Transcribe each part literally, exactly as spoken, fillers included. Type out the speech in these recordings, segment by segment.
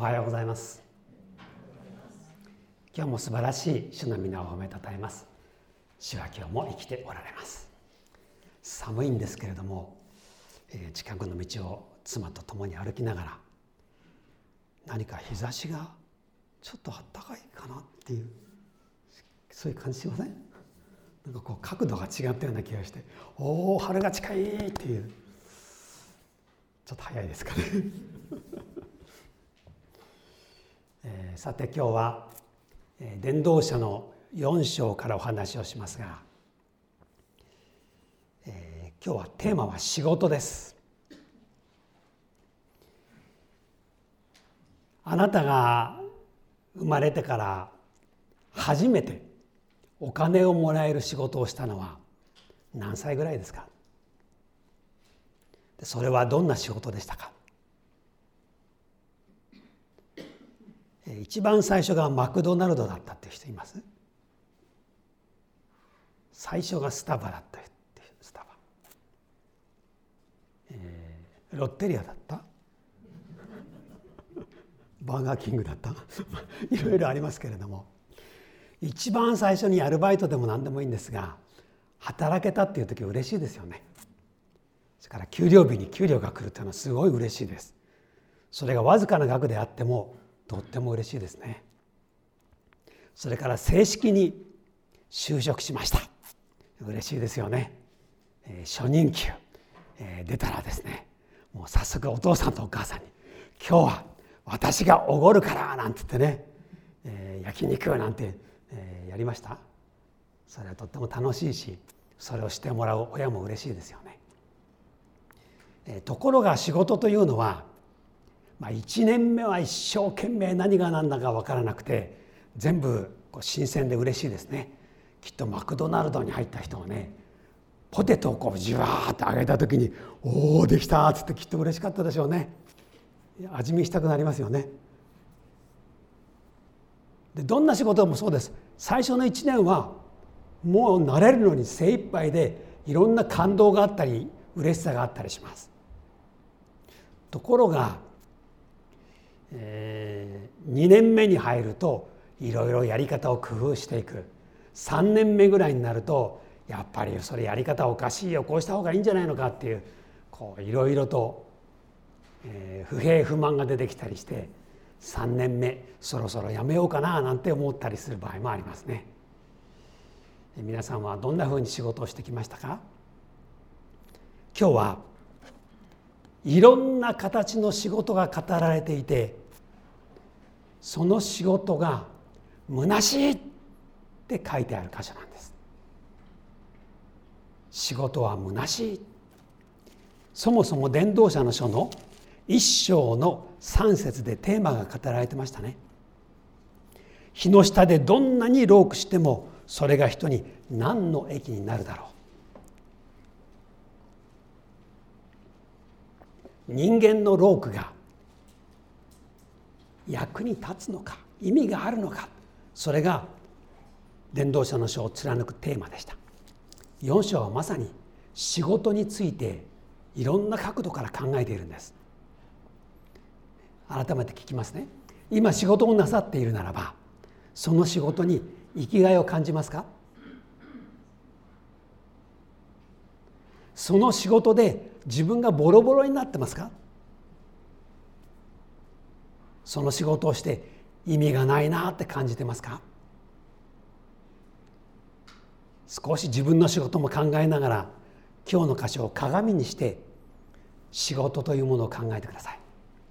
はようございます。今日も素晴らしい主の皆を褒めたたえます。主は今日も生きておられます。寒いんですけれども、えー、近くの道を妻と共に歩きながら、何か日差しがちょっとあったかいかなっていう、そういう感じしません？なんかこう角度が違ったような気がして、おお春が近いっていう、ちょっと早いですかね、えー、さて今日は、えー、伝道者のよん章からお話をしますが、えー、今日はテーマは仕事です。あなたが生まれてから初めてお金をもらえる仕事をしたのは何歳ぐらいですか？それはどんな仕事でしたか？一番最初がマクドナルドだったっていう人います？最初がスタバだったっていうスタバ、えー、ロッテリアだったバーガーキングだったいろいろありますけれども、一番最初にアルバイトでも何でもいいんですが、働けたっていう時は嬉しいですよね。それから給料日に給料が来るというのはすごい嬉しいです。それがわずかな額であってもとっても嬉しいですね。それから正式に就職しました。嬉しいですよね。えー、初任給、えー、出たらですね、もう早速お父さんとお母さんに今日は私がおごるからなんて言ってね、えー、焼肉なんて、えー、やりました。それはとっても楽しいし、それをしてもらう親も嬉しいですよね。えー、ところが仕事というのは、まあ、いちねんめは一生懸命何が何だか分からなくて全部こう新鮮で嬉しいですね。きっとマクドナルドに入った人はね、ポテトをこうじわーっと揚げた時におおできたっつってきっと嬉しかったでしょうね。味見したくなりますよね。でどんな仕事もそうです。最初のいちねんはもう慣れるのに精一杯でいろんな感動があったり嬉しさがあったりします。ところが、えー、にねんめに入るといろいろやり方を工夫していく。さんねんめぐらいになるとやっぱりそれやり方おかしいよ、こうした方がいいんじゃないのかっていう、こういろいろと、えー、不平不満が出てきたりして、さんねんめそろそろやめようかななんて思ったりする場合もありますね。皆さんはどんなふうに仕事をしてきましたか？今日はいろんな形の仕事が語られていて、その仕事が虚しいって書いてある箇所なんです。仕事は虚しい。そもそも伝道者の書の一章の三節でテーマが語られてましたね。日の下でどんなに労苦してもそれが人に何の益になるだろう。人間の労苦が役に立つのか、意味があるのか、それが伝道者の書を貫くテーマでした。よん章はまさに仕事についていろんな角度から考えているんです。改めて聞きますね。今仕事をなさっているならば、その仕事に生きがいを感じますか？その仕事で自分がボロボロになってますか？その仕事をして意味がないなって感じてますか？少し自分の仕事も考えながら、今日の箇所を鏡にして仕事というものを考えてください。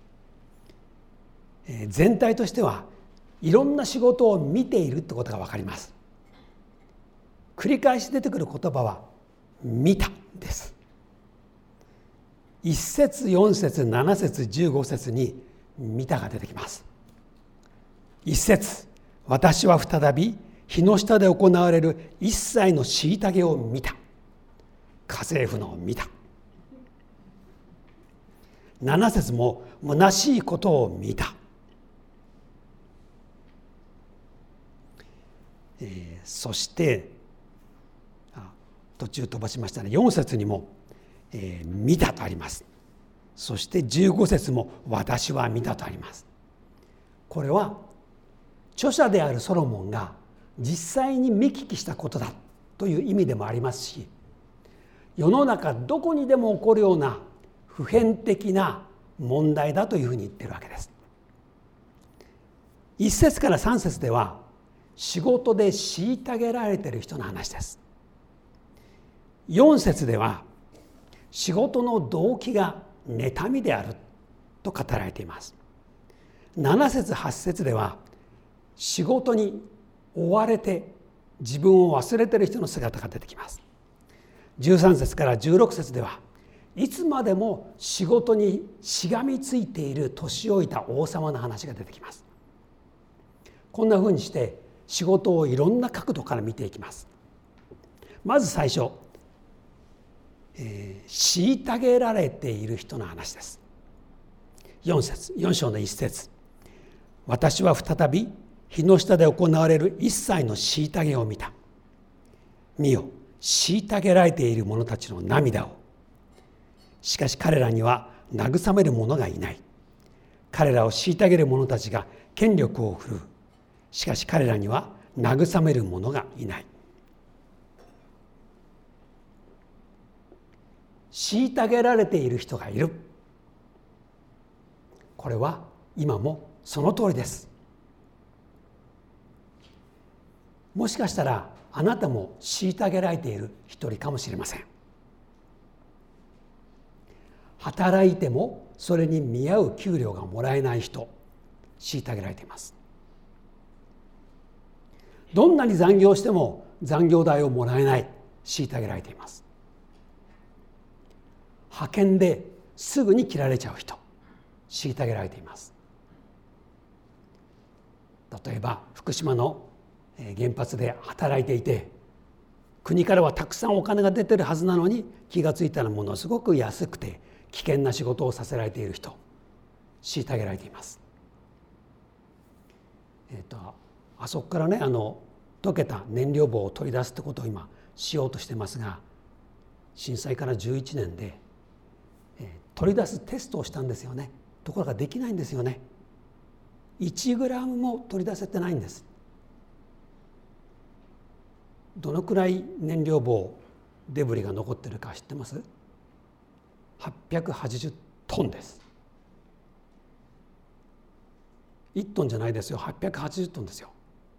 えー、全体としてはいろんな仕事を見ているってことが分かります。繰り返し出てくる言葉は見たです。いち節よん節なな節じゅうご節に見たが出てきます。いち節、私は再び日の下で行われる一切の虐げを見た。家政婦のを見た。なな節も虚しいことを見た。えー、そしてあ途中飛ばしましたね。よん節にも、えー、見たとあります。そしてじゅうご節も私は見たとあります。 これは著者であるソロモンが実際に見聞きしたことだという意味でもありますし、世の中どこにでも起こるような普遍的な問題だというふうに言っているわけです。一節から三節では仕事で虐げられている人の話です。四節では仕事の動機が妬みであると語られています。七節八節では仕事に追われて自分を忘れている人の姿が出てきます。十三節から十六節ではいつまでも仕事にしがみついている年老いた王様の話が出てきます。こんなふうにして仕事をいろんな角度から見ていきます。まず最初、えー、虐げられている人の話です。四節、四章の一節。私は再び日の下で行われる一切の虐げを見た。見よ、虐げられている者たちの涙を。しかし彼らには慰める者がいない。彼らを虐げる者たちが権力を振るう。しかし彼らには慰める者がいない。虐げられている人がいる。これは今もその通りです。もしかしたらあなたも虐げられている一人かもしれません。働いてもそれに見合う給料がもらえない人、虐げられています。どんなに残業しても残業代をもらえない、虐げられています。派遣ですぐに切られちゃう人、虐げられています。例えば福島の原発で働いていて、国からはたくさんお金が出てるはずなのに気がついたらものすごく安くて危険な仕事をさせられている人、虐げられています。えーと、あそこからねあの溶けた燃料棒を取り出すってことを今しようとしてますが、震災からじゅういちねんで、えー、取り出すテストをしたんですよね。ところができないんですよね。いちグラムも取り出せてないんです。どのくらい燃料棒デブリが残ってるか知ってます？はっぴゃくはちじゅうトンです。いっトンじゃないですよ。はっぴゃくはちじゅうトンですよ。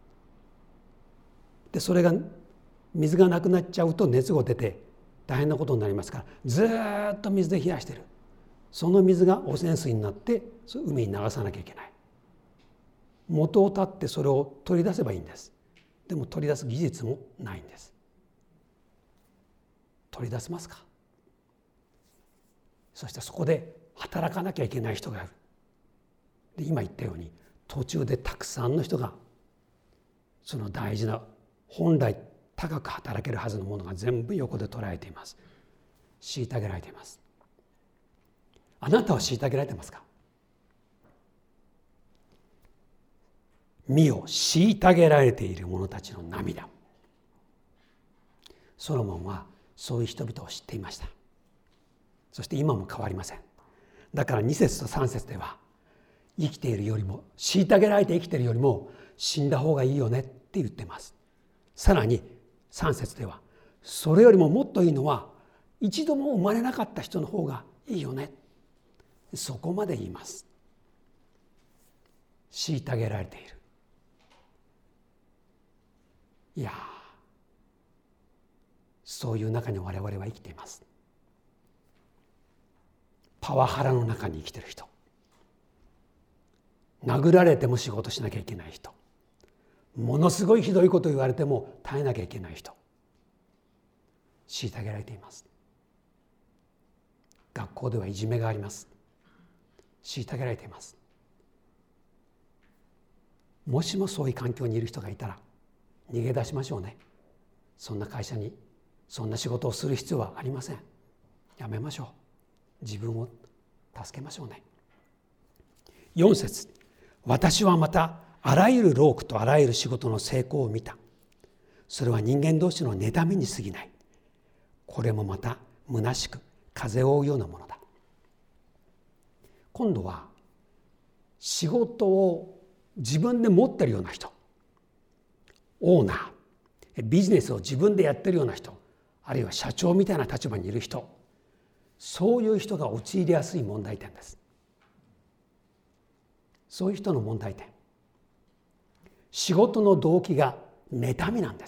でそれが水がなくなっちゃうと熱が出て大変なことになりますから、ずっと水で冷やしてる。その水が汚染水になって海に流さなきゃいけない。元を絶ってそれを取り出せばいいんです。でも取り出す技術もないんです。取り出せますか？そしてそこで働かなきゃいけない人がいる。で今言ったように途中でたくさんの人がその大事な本来高く働けるはずのものが全部横で捉えています。虐げられています。あなたは虐げられてますか？見よ、虐げられている者たちの涙。ソロモンはそういう人々を知っていました。そして今も変わりません。だからに節とさん節では生きているよりも、虐げられて生きているよりも死んだ方がいいよねって言っています。さらにさん節ではそれよりももっといいのは一度も生まれなかった人の方がいいよね、そこまで言います。虐げられている。いや、そういう中に我々は生きています。パワハラの中に生きている人、殴られても仕事しなきゃいけない人、ものすごいひどいこと言われても耐えなきゃいけない人、虐げられています。学校ではいじめがあります。虐げられています。もしもそういう環境にいる人がいたら逃げ出しましょうね。そんな会社にそんな仕事をする必要はありません。やめましょう。自分を助けましょうね。よん節、私はまたあらゆる労苦とあらゆる仕事の成功を見た。それは人間同士の妬みに過ぎない。これもまた虚しく風を追うようなものだ。今度は仕事を自分で持ってるような人、オーナー、ビジネスを自分でやってるような人、あるいは社長みたいな立場にいる人、そういう人が陥りやすい問題点です。そういう人の問題点、仕事の動機が妬みなんです。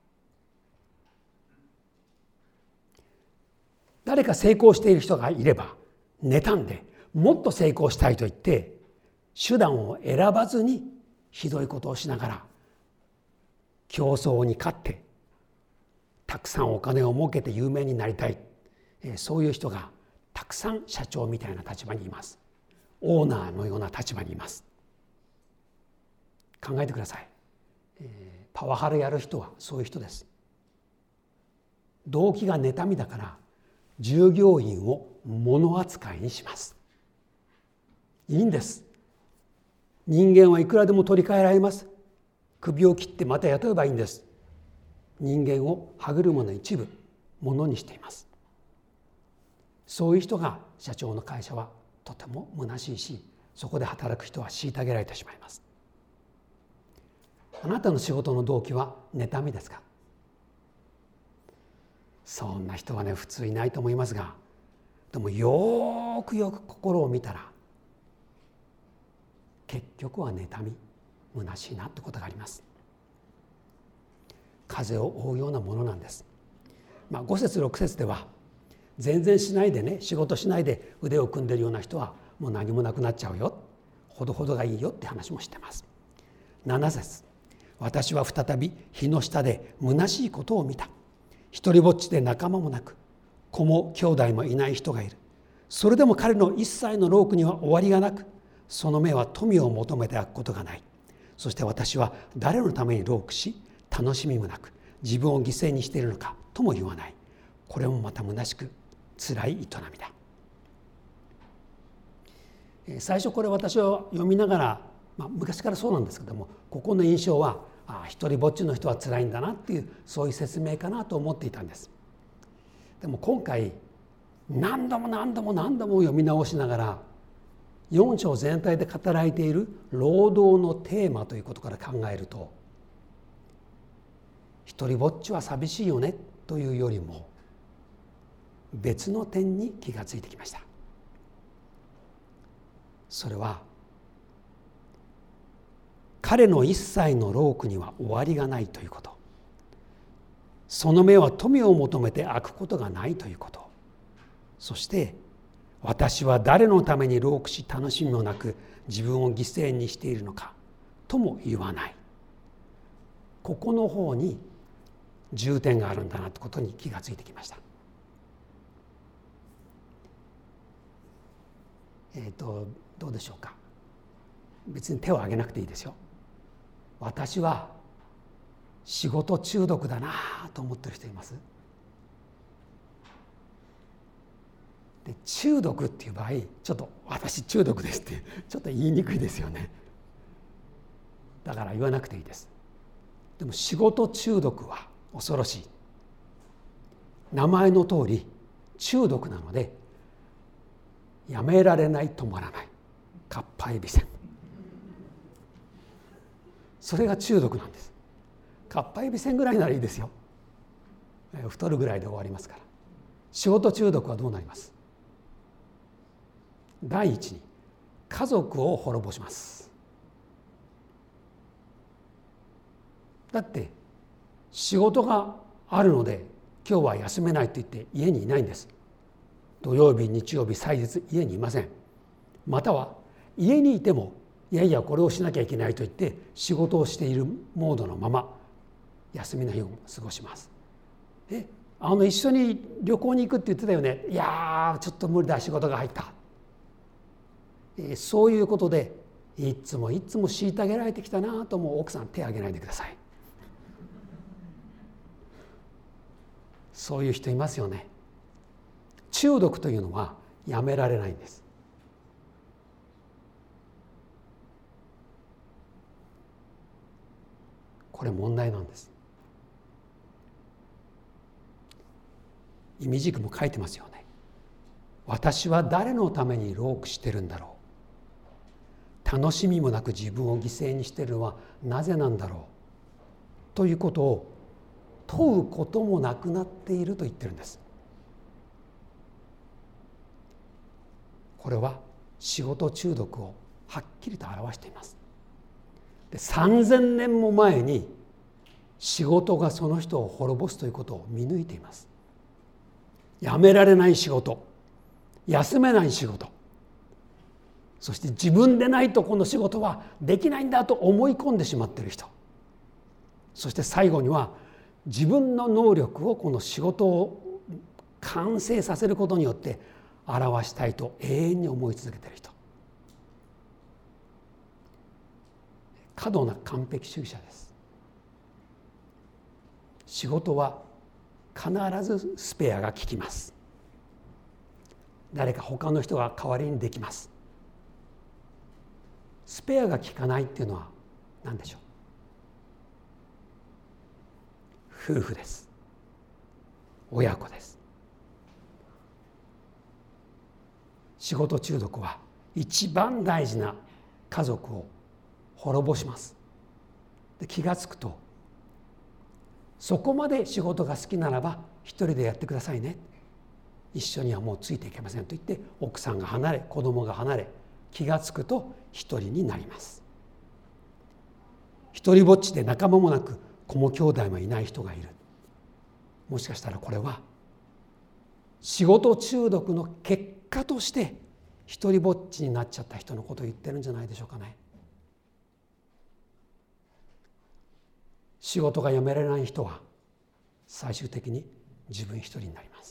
誰か成功している人がいれば妬んで、もっと成功したいと言って手段を選ばずにひどいことをしながら競争に勝ってたくさんお金を儲けて有名になりたい、そういう人がたくさん社長みたいな立場にいます。オーナーのような立場にいます。考えてください。パワハラやる人はそういう人です。動機が妬みだから従業員を物扱いにします。いいんです。人間はいくらでも取り替えられます。首を切ってまた雇えばいいんです。人間を歯車の一部、ものにしています。そういう人が社長の会社はとても虚しいし、そこで働く人は虐げられてしまいます。あなたの仕事の動機は妬みですか？そんな人はね、普通いないと思いますが、でもよくよく心を見たら結局は妬み、虚しいなってことがあります。風を追うようなものなんです。まあ、ご節ろく節では全然しないでね、仕事しないで腕を組んでいるような人はもう何もなくなっちゃうよ、ほどほどがいいよって話もしてます。なな節、私は再び日の下で虚しいことを見た。一りぼっちで仲間もなく、子も兄弟もいない人がいる。それでも彼の一切の労苦には終わりがなく、その目は富を求めて開くことがない。そして私は誰のために労苦し、楽しみもなく自分を犠牲にしているのかとも言わない。これもまた虚しく辛い営みだ。最初これ私は読みながら、まあ、昔からそうなんですけども、ここの印象はああ一人ぼっちの人は辛いんだなっていう、そういう説明かなと思っていたんです。でも今回何度も何度も何度も読み直しながら、よん章全体で語られている労働のテーマということから考えると、一人ぼっちは寂しいよねというよりも別の点に気がついてきました。それは彼の一切の労苦には終わりがないということ、その目は富を求めて開くことがないということ、そして私は誰のために労苦し楽しみもなく自分を犠牲にしているのかとも言わない、ここの方に重点があるんだなということに気がついてきました。えっとどうでしょうか。別に手を挙げなくていいですよ。私は仕事中毒だなと思ってる人います？で、中毒っていう場合、ちょっと私中毒ですってちょっと言いにくいですよね。だから言わなくていいです。でも仕事中毒は恐ろしい。名前の通り中毒なので、やめられない、止まらない、かっぱえびせん、それが中毒なんです。かっぱえびせんぐらいならいいですよ。太るぐらいで終わりますから。仕事中毒はどうなります？第一に家族を滅ぼします。だって仕事があるので今日は休めないと言って家にいないんです。土曜日、日曜日、祭日家にいません。または家にいてもいやいやこれをしなきゃいけないと言って仕事をしているモードのまま休みの日を過ごします。えあの一緒に旅行に行くって言ってたよね。いやちょっと無理だ、仕事が入った。えそういうことでいつもいつも虐げられてきたなとも、奥さん手を挙げないでください。そういう人いますよね。中毒というのはやめられないんです。これ問題なんです。意味軸も書いてますよね。私は誰のために労苦してるんだろう。 楽しみもなく自分を犠牲にしているのはなぜなんだろうということを問うこともなくなっていると言ってるんです。これは仕事中毒をはっきりと表しています。で、さんぜんねんも前に仕事がその人を滅ぼすということを見抜いています。やめられない仕事、休めない仕事、そして自分でないとこの仕事はできないんだと思い込んでしまっている人、そして最後には自分の能力をこの仕事を完成させることによって表したいと永遠に思い続けている人、過度な完璧主義者です。仕事は必ずスペアが効きます。誰か他の人が代わりにできます。スペアが効かないっていうのは何でしょう。夫婦です。親子です。仕事中毒は一番大事な家族を滅ぼします。で、気がつくと、そこまで仕事が好きならば一人でやってくださいね、一緒にはもうついていけませんと言って、奥さんが離れ子供が離れ、気がつくと一人になります。一人ぼっちで仲間もなく子も兄弟もいない人がいる。もしかしたらこれは仕事中毒の結果として一人ぼっちになっちゃった人のことを言ってるんじゃないでしょうかね。仕事が辞められない人は最終的に自分一人になります。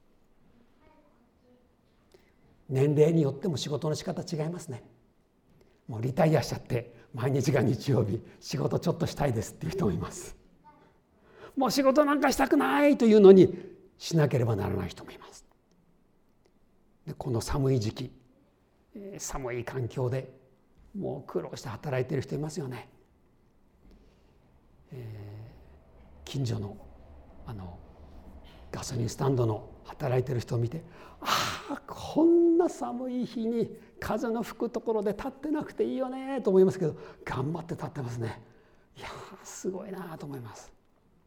年齢によっても仕事の仕方違いますね。もうリタイアしちゃって毎日が日曜日、仕事ちょっとしたいですっていう人もいます。もう仕事なんかしたくないというのにしなければならない人もいます。で、この寒い時期、寒い環境でもう苦労して働いている人いますよね。えー、近所のあのガソリンスタンドの働いている人を見て、ああこんな寒い日に風の吹くところで立ってなくていいよねと思いますけど、頑張って立ってますね。いやすごいなと思います。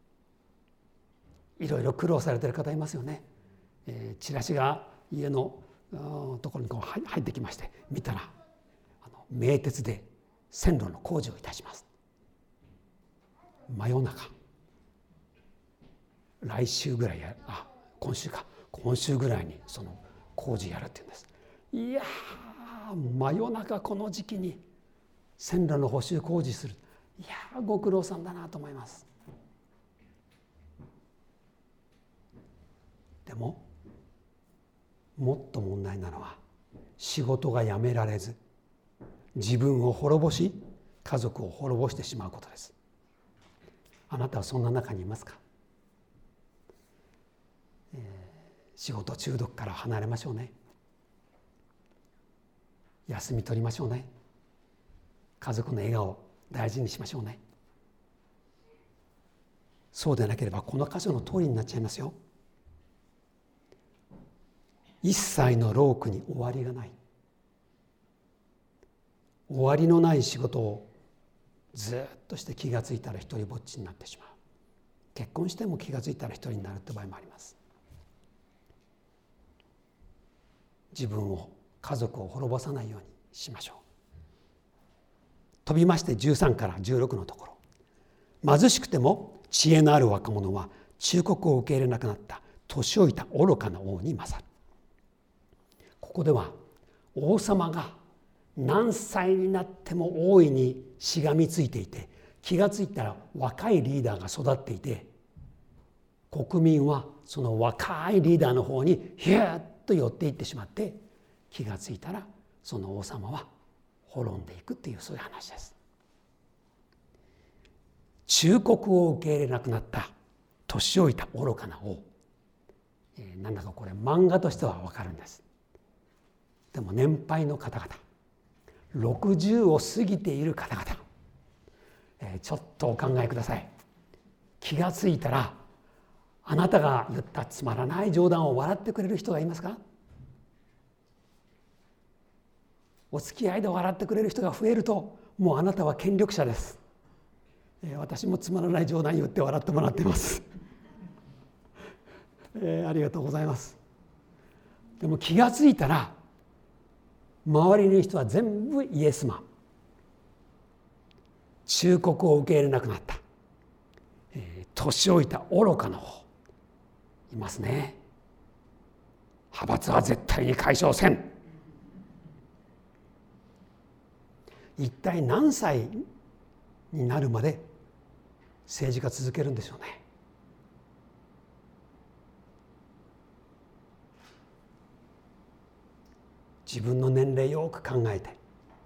いろいろ苦労されている方いますよね。えー、チラシが家のところにこう入ってきまして、見たらあの名鉄で線路の工事をいたします。真夜中、来週ぐらいやあ今週か今週ぐらいにその工事やるっていうんです。いや真夜中この時期に線路の補修工事する、いやご苦労さんだなと思います。でももっと問題なのは、仕事が辞められず自分を滅ぼし家族を滅ぼしてしまうことです。あなたはそんな中にいますか。えー、仕事中毒から離れましょうね。休み取りましょうね。家族の笑顔を大事にしましょうね。そうでなければこの箇所の通りになっちゃいますよ。一切の労苦に終わりがない。終わりのない仕事をずっとして気がついたら一人ぼっちになってしまう。結婚しても気がついたら一人になるって場合もあります。自分を家族を滅ぼさないようにしましょう。飛びましてじゅうさんからじゅうろくのところ、貧しくても知恵のある若者は忠告を受け入れなくなった年老いた愚かな王に勝る。ここでは王様が何歳になっても大いにしがみついていて、気がついたら若いリーダーが育っていて、国民はその若いリーダーの方にヒューッと寄っていってしまって、気がついたらその王様は滅んでいくっていう、そういう話です。忠告を受け入れなくなった年老いた愚かな王、えー、なんだかこれ漫画としては分かるんです。でも年配の方々、ろくじゅうを過ぎている方々、えー、ちょっとお考えください。気がついたらあなたが言ったつまらない冗談を笑ってくれる人がいますか。 お付き合いで笑ってくれる人が増えると、もうあなたは権力者です。えー、私もつまらない冗談言って笑ってもらっています、えー、ありがとうございます。でも気がついたら周りにいる人は全部イエスマン、忠告を受け入れなくなった、えー、年老いた愚かな方いますね。派閥は絶対に解消せん。一体何歳になるまで政治家続けるんでしょうね。自分の年齢よく考えて、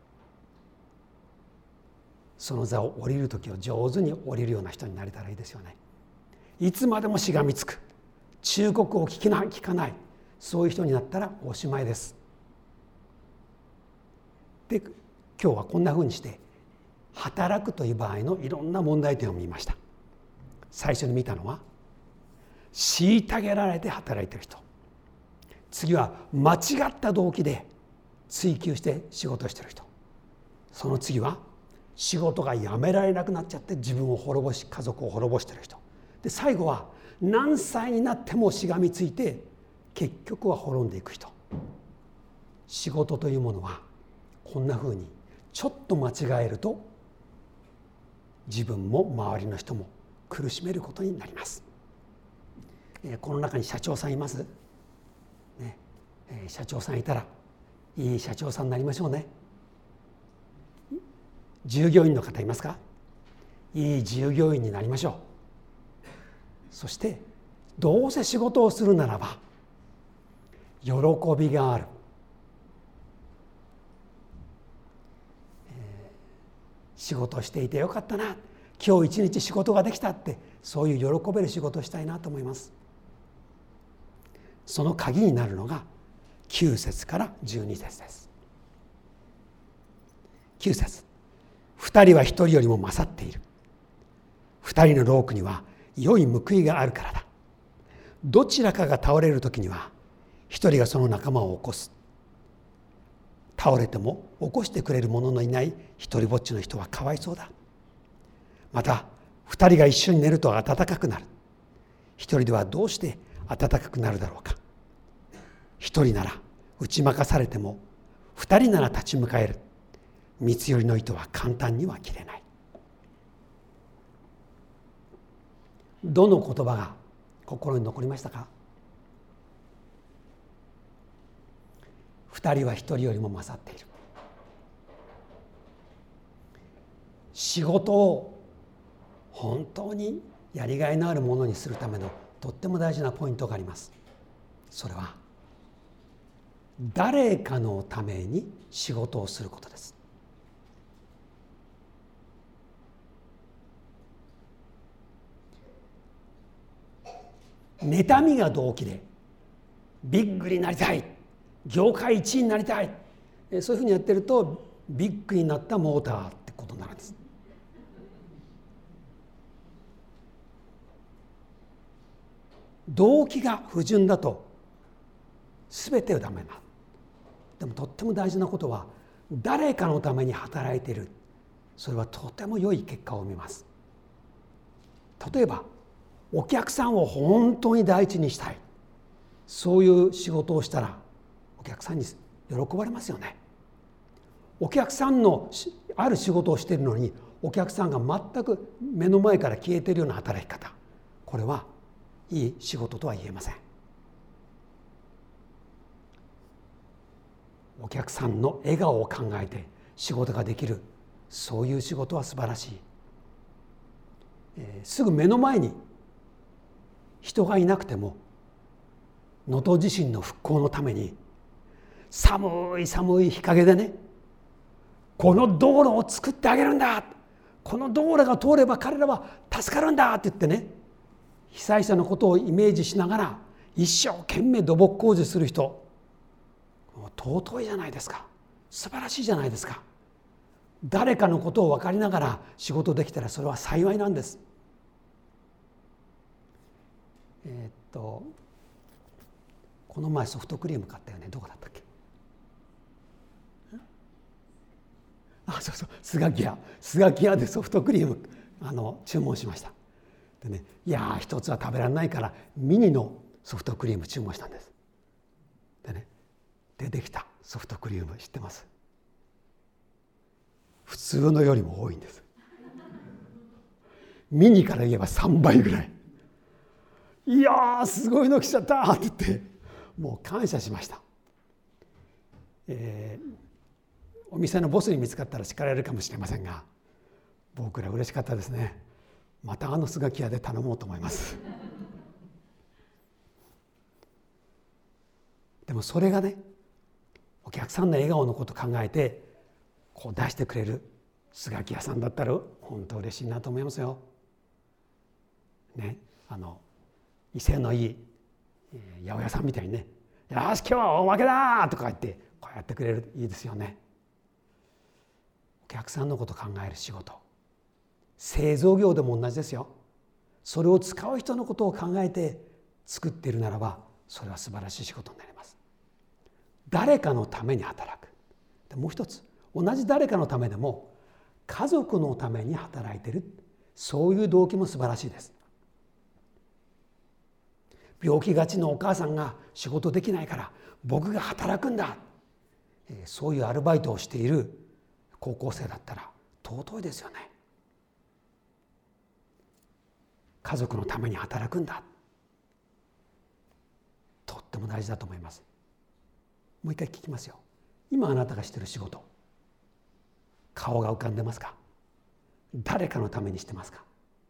その座を降りる時を上手に降りるような人になれたらいいですよね。いつまでもしがみつく、忠告を聞きな聞かない、そういう人になったらおしまいです。で、今日はこんなふうにして働くという場合のいろんな問題点を見ました。最初に見たのは虐げられて働いている人、次は間違った動機で追求して仕事をしている人、その次は仕事がやめられなくなっちゃって自分を滅ぼし家族を滅ぼしている人で、最後は何歳になってもしがみついて結局は滅んでいく人。仕事というものはこんなふうにちょっと間違えると自分も周りの人も苦しめることになります。この中に社長さんいます、ね、社長さんいたらいい社長さんになりましょうね。従業員の方いますか？いい従業員になりましょう。そしてどうせ仕事をするならば喜びがある、えー、仕事をしていてよかったな、今日一日仕事ができたって、そういう喜べる仕事をしたいなと思います。その鍵になるのがきゅう節からじゅうに節です。きゅう節、二人は一人よりも勝っている。二人の労苦には良い報いがあるからだ。どちらかが倒れるときには一人がその仲間を起こす。倒れても起こしてくれる者のいない一人ぼっちの人はかわいそうだ。また二人が一緒に寝ると暖かくなる。一人ではどうして暖かくなるだろうか。一人なら打ち負かされても二人なら立ち向かえる。三つ寄りの糸は簡単には切れない。どの言葉が心に残りましたか？二人は一人よりも勝っている。仕事を本当にやりがいのあるものにするためのとっても大事なポイントがあります。それは誰かのために仕事をすることです。妬みが動機でビッグになりたい、業界一位になりたい、そういうふうにやってるとビッグになったモーターってことになるんです。動機が不純だと全てはダメな。でもとっても大事なことは誰かのために働いている。それはとても良い結果を生みます。例えばお客さんを本当に第一にしたい、そういう仕事をしたらお客さんに喜ばれますよね。お客さんのある仕事をしているのにお客さんが全く目の前から消えているような働き方、これはいい仕事とは言えません。お客さんの笑顔を考えて仕事ができる、そういう仕事は素晴らしい。えー、すぐ目の前に人がいなくても能登地震の復興のために寒い寒い日陰でね、この道路を作ってあげるんだ、この道路が通れば彼らは助かるんだって言ってね、被災者のことをイメージしながら一生懸命土木工事する人、尊いじゃないですか。素晴らしいじゃないですか。誰かのことを分かりながら仕事できたらそれは幸いなんです。えー、っとこの前ソフトクリーム買ったよね。どこだったっけ？ あ、そうそう、スガキ屋スガキ屋でソフトクリームあの注文しました。でね、いやー一つは食べられないからミニのソフトクリーム注文したんです。でね、出てきたソフトクリーム知ってます？普通のよりも多いんです。ミニから言えばさんばいぐらい。いやーすごいの来ちゃったって言ってもう感謝しました。えー、お店のボスに見つかったら叱られるかもしれませんが、僕ら嬉しかったですね。またあのスガキ屋で頼もうと思います。でもそれがね、お客さんの笑顔のことを考えてこう出してくれるスガキ屋さんだったら本当嬉しいなと思いますよ。ね、あの威勢のいい八百屋さんみたいにね、よし今日はおまけだとか言ってこうやってくれる、いいですよね。お客さんのことを考える仕事、製造業でも同じですよ。それを使う人のことを考えて作っているならば、それは素晴らしい仕事になります。誰かのために働く。でもう一つ、同じ誰かのためでも家族のために働いている、そういう動機も素晴らしいです。病気がちのお母さんが仕事できないから僕が働くんだ、そういうアルバイトをしている高校生だったら尊いですよね。家族のために働くんだ、とっても大事だと思います。もう一回聞きますよ。今あなたがしている仕事、顔が浮かんでますか？誰かのためにしてますか？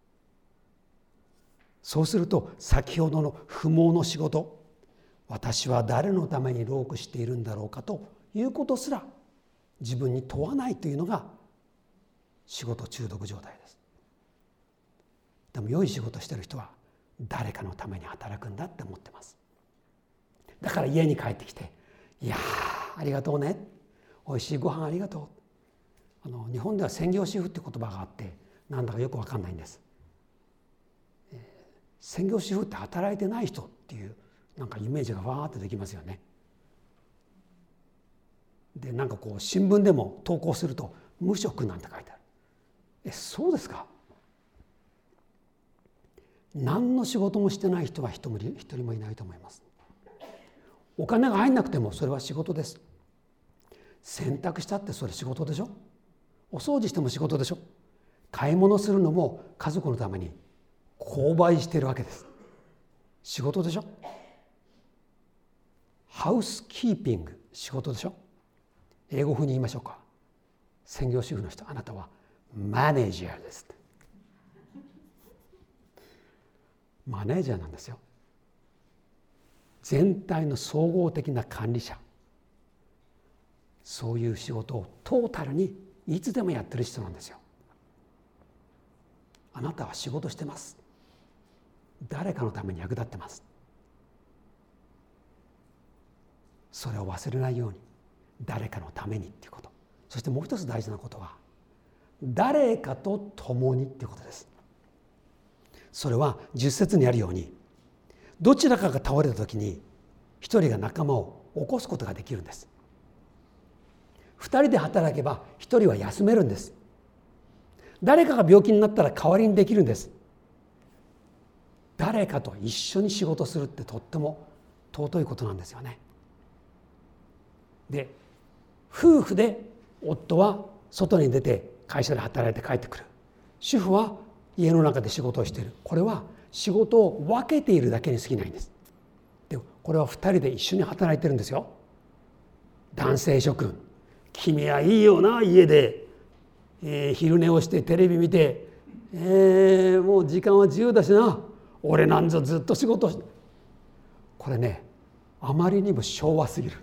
そうすると先ほどの不毛の仕事、私は誰のために労苦しているんだろうかということすら自分に問わないというのが仕事中毒状態です。でも良い仕事している人は誰かのために働くんだって思ってます。だから家に帰ってきて、いやーありがとうね、おいしいご飯ありがとう。あの日本では専業主婦って言葉があってなんだかよく分かんないんです。専業主婦って働いてない人っていうなんかイメージがわーってできますよね。でなんかこう新聞でも投稿すると無職なんて書いてある。え、そうですか？何の仕事もしてない人は一人もいないと思います。お金が入んなくてもそれは仕事です。洗濯したってそれ仕事でしょ。お掃除しても仕事でしょ。買い物するのも家族のために購買しているわけです。仕事でしょ。ハウスキーピング、仕事でしょ。英語風に言いましょうか。専業主婦の人、あなたはマネージャーです。マネージャーなんですよ。全体の総合的な管理者、そういう仕事をトータルにいつでもやってる人なんですよ。あなたは仕事してます。誰かのために役立ってます。それを忘れないように、誰かのためにっていうこと。そしてもう一つ大事なことは、誰かと共にっていうことです。それはじゅっ節にあるように、どちらかが倒れた時に一人が仲間を起こすことができるんです。二人で働けば一人は休めるんです。誰かが病気になったら代わりにできるんです。誰かと一緒に仕事するってとっても尊いことなんですよね。で、夫婦で夫は外に出て会社で働いて帰ってくる。主婦は家の中で仕事をしている。これは仕事を分けているだけに過ぎないんです。で、これは二人で一緒に働いてるんですよ。男性諸君、君はいいよな、家で、えー、昼寝をしてテレビ見て、えー、もう時間は自由だしな、俺なんぞずっと仕事して。これね、あまりにも昭和すぎる。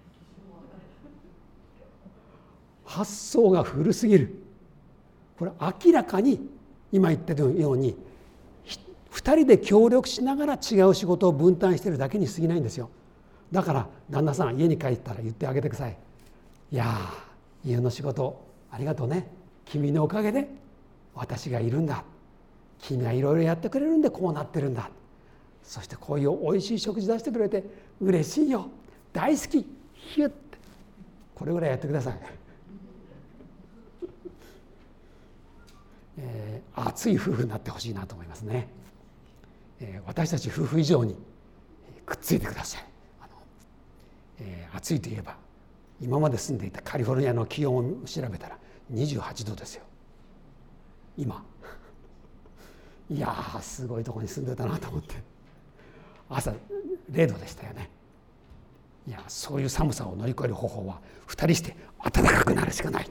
発想が古すぎる。これ明らかに今言ってるように二人で協力しながら違う仕事を分担しているだけに過ぎないんですよ。だから旦那さん、家に帰ったら言ってあげてください。いやー、家の仕事ありがとうね。君のおかげで私がいるんだ。君がいろいろやってくれるんでこうなってるんだ。そしてこういうおいしい食事出してくれて嬉しいよ。大好き。ヒュッて。これぐらいやってください。 えー、熱い夫婦になってほしいなと思いますね。えー、私たち夫婦以上にくっついてください。あの、えー、暑いといえば今まで住んでいたカリフォルニアの気温を調べたらにじゅうはちどですよ今。いやーすごいところに住んでたなと思って、朝れいどでしたよね。いやそういう寒さを乗り越える方法はふたりして暖かくなるしかない、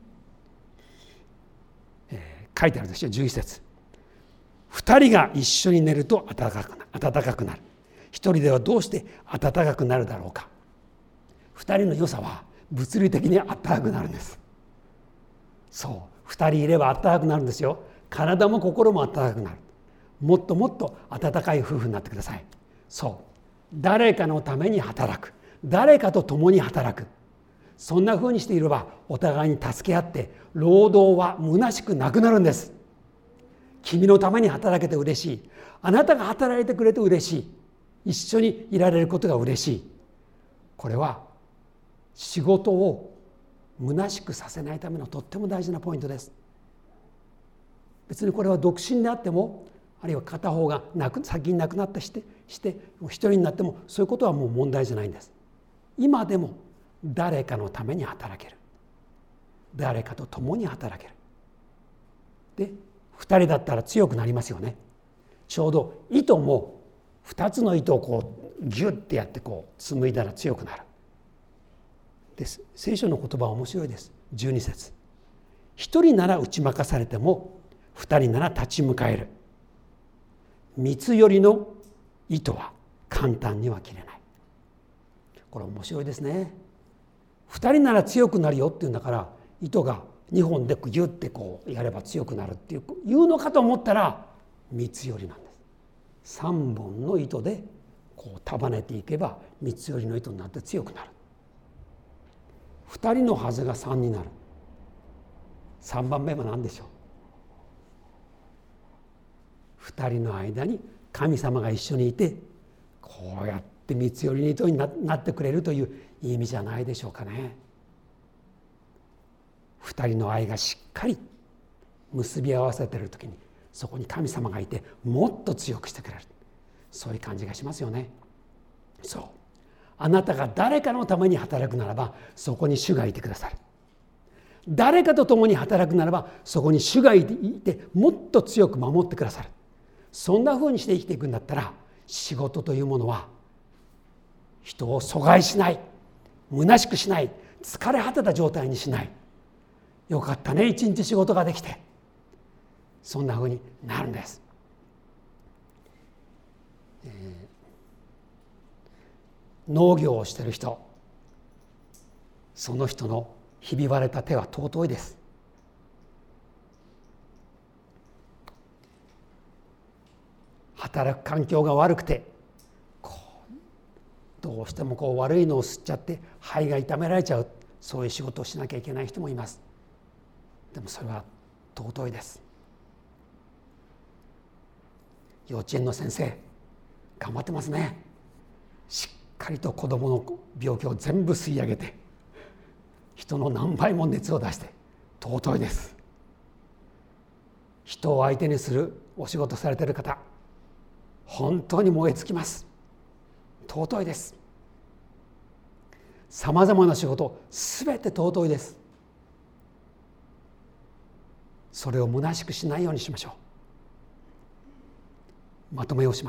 えー、書いてあるでしょ。じゅういっ節、ふたりが一緒に寝ると暖かくなる、暖かくなる。一人ではどうして暖かくなるだろうか。二人の良さは物理的に暖かくなるんです。そう、二人いれば暖かくなるんですよ。体も心も暖かくなる。もっともっと温かい夫婦になってください。そう、誰かのために働く、誰かと共に働く、そんなふうにしていればお互いに助け合って労働は虚しくなくなるんです。君のために働けて嬉しい、あなたが働いてくれて嬉しい、一緒にいられることが嬉しい。これは仕事を虚しくさせないためのとっても大事なポイントです。別にこれは独身であっても、あるいは片方が亡く先に亡くなったしてして一人になっても、そういうことはもう問題じゃないんです。今でも誰かのために働ける、誰かと共に働ける。でふたりだったら強くなりますよね。ちょうど糸もふたつの糸をこうギュッてやってこう紡いだら強くなる。で聖書の言葉は面白いです。じゅうに節、一人なら打ち負かされても二人なら立ち向かえる。三つよりの糸は簡単には切れない。これ面白いですね。二人なら強くなるよっていうんだから、糸がにほんでギュッてこうやれば強くなるっていう言うのかと思ったら、三つよりなんです。三本の糸でこう束ねていけば三つよりの糸になって強くなる。二人のはずが三になる。三番目は何でしょう。二人の間に神様が一緒にいて、こうやって三つよりの糸になってくれるという意味じゃないでしょうかね。二人の愛がしっかり結び合わせているときに、そこに神様がいてもっと強くしてくれる、そういう感じがしますよね。そう、あなたが誰かのために働くならば、そこに主がいてくださる。誰かと共に働くならば、そこに主がいてもっと強く守ってくださる。そんなふうにして生きていくんだったら、仕事というものは人を阻害しない、虚しくしない、疲れ果てた状態にしない。よかったね、一日仕事ができて、そんなふうになるんです。えー、農業をしている人、その人のひび割れた手は尊いです。働く環境が悪くて、こうどうしてもこう悪いのを吸っちゃって肺が痛められちゃう、そういう仕事をしなきゃいけない人もいます。でもそれは尊いです。幼稚園の先生頑張ってますね。しっかりと子どもの病気を全部吸い上げて、人の何倍も熱を出して、尊いです。人を相手にするお仕事されている方、本当に燃え尽きます。尊いです。さまざまな仕事すべて尊いです。それを虚しくしないようにしましょう。まとめをします。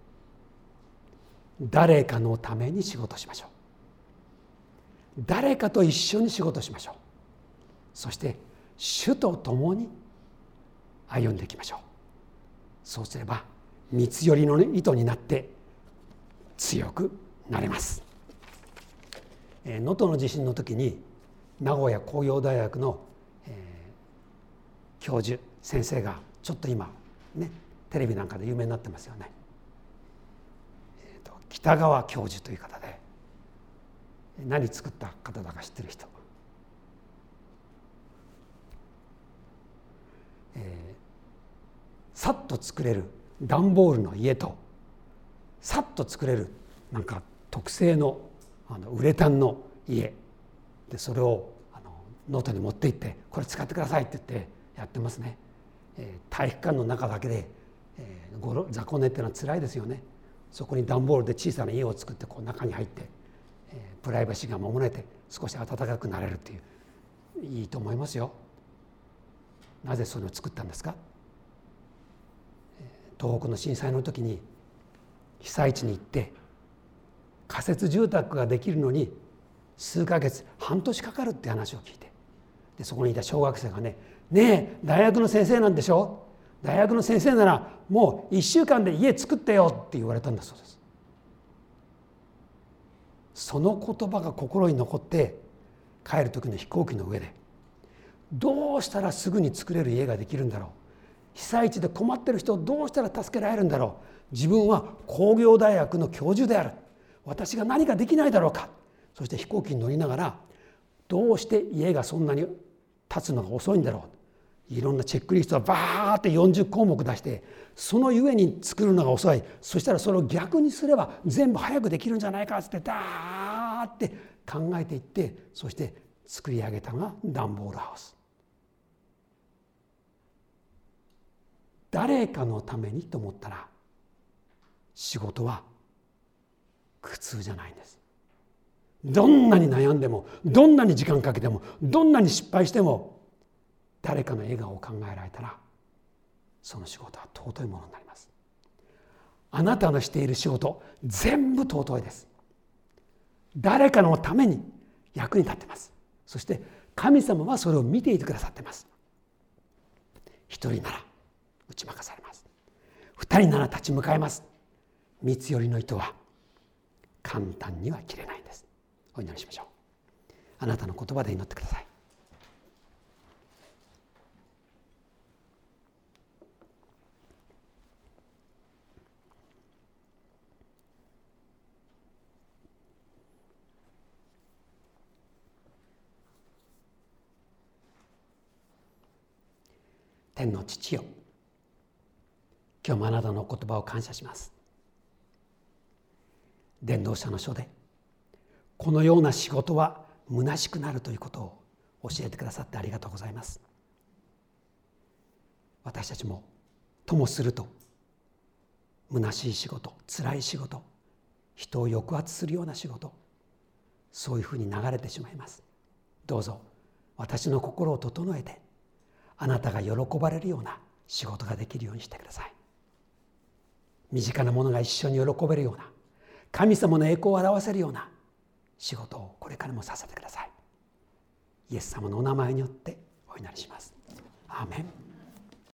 誰かのために仕事しましょう。誰かと一緒に仕事しましょう。そして主と共に歩んでいきましょう。そうすれば三つよりの糸になって強くなれます。能登の地震の時に名古屋工業大学の、えー、教授先生がちょっと今ねテレビなんかで有名になってますよね。えーと、北川教授という方で、何作った方だか知ってる人、えー、さっと作れる段ボールの家と、さっと作れるなんか特製のあのウレタンの家で、それをあのノートに持って行って、これ使ってくださいって言ってやってますね。えー、体育館の中だけで、えー、雑魚寝っていうのは辛いですよね。そこに段ボールで小さな家を作ってこう中に入って、えー、プライバシーが守れて少し暖かくなれるっていう、いいと思いますよ。なぜそれを作ったんですか。東北の震災の時に被災地に行って仮設住宅ができるのに数ヶ月半年かかるって話を聞いて、でそこにいた小学生がね「ねえ大学の先生なんでしょ、大学の先生ならもういっしゅうかんで家作ってよ」って言われたんだそうです。その言葉が心に残って帰る時の飛行機の上でどうしたらすぐに作れる家ができるんだろう、被災地で困ってる人をどうしたら助けられるんだろう、自分は工業大学の教授である、私が何かできないだろうか。そして飛行機に乗りながらどうして家がそんなに建つのが遅いんだろう、いろんなチェックリストをバーってよんじゅっこうもく出して、そのゆえに作るのが遅い、そしたらそれを逆にすれば全部早くできるんじゃないかってダーって考えていって、そして作り上げたのが段ボールハウス。誰かのためにと思ったら仕事は苦痛じゃないんです。どんなに悩んでもどんなに時間かけてもどんなに失敗しても誰かの笑顔を考えられたらその仕事は尊いものになります。あなたのしている仕事全部尊いです。誰かのために役に立ってます。そして神様はそれを見ていてくださってます。一人なら打ち負かされます。二人なら立ち向かいます。三つ寄りの糸は簡単には切れないんです。お祈りしましょう。あなたの言葉で祈ってください。天の父よ、今日もあなたの言葉を感謝します。伝道者の書でこのような仕事は虚しくなるということを教えてくださってありがとうございます。私たちもともすると虚しい仕事、辛い仕事、人を抑圧するような仕事、そういうふうに流れてしまいます。どうぞ私の心を整えてあなたが喜ばれるような仕事ができるようにしてください。身近な者が一緒に喜べるような、神様の栄光を表せるような仕事をこれからもさせてください。イエス様のお名前によってお祈りします。アーメン。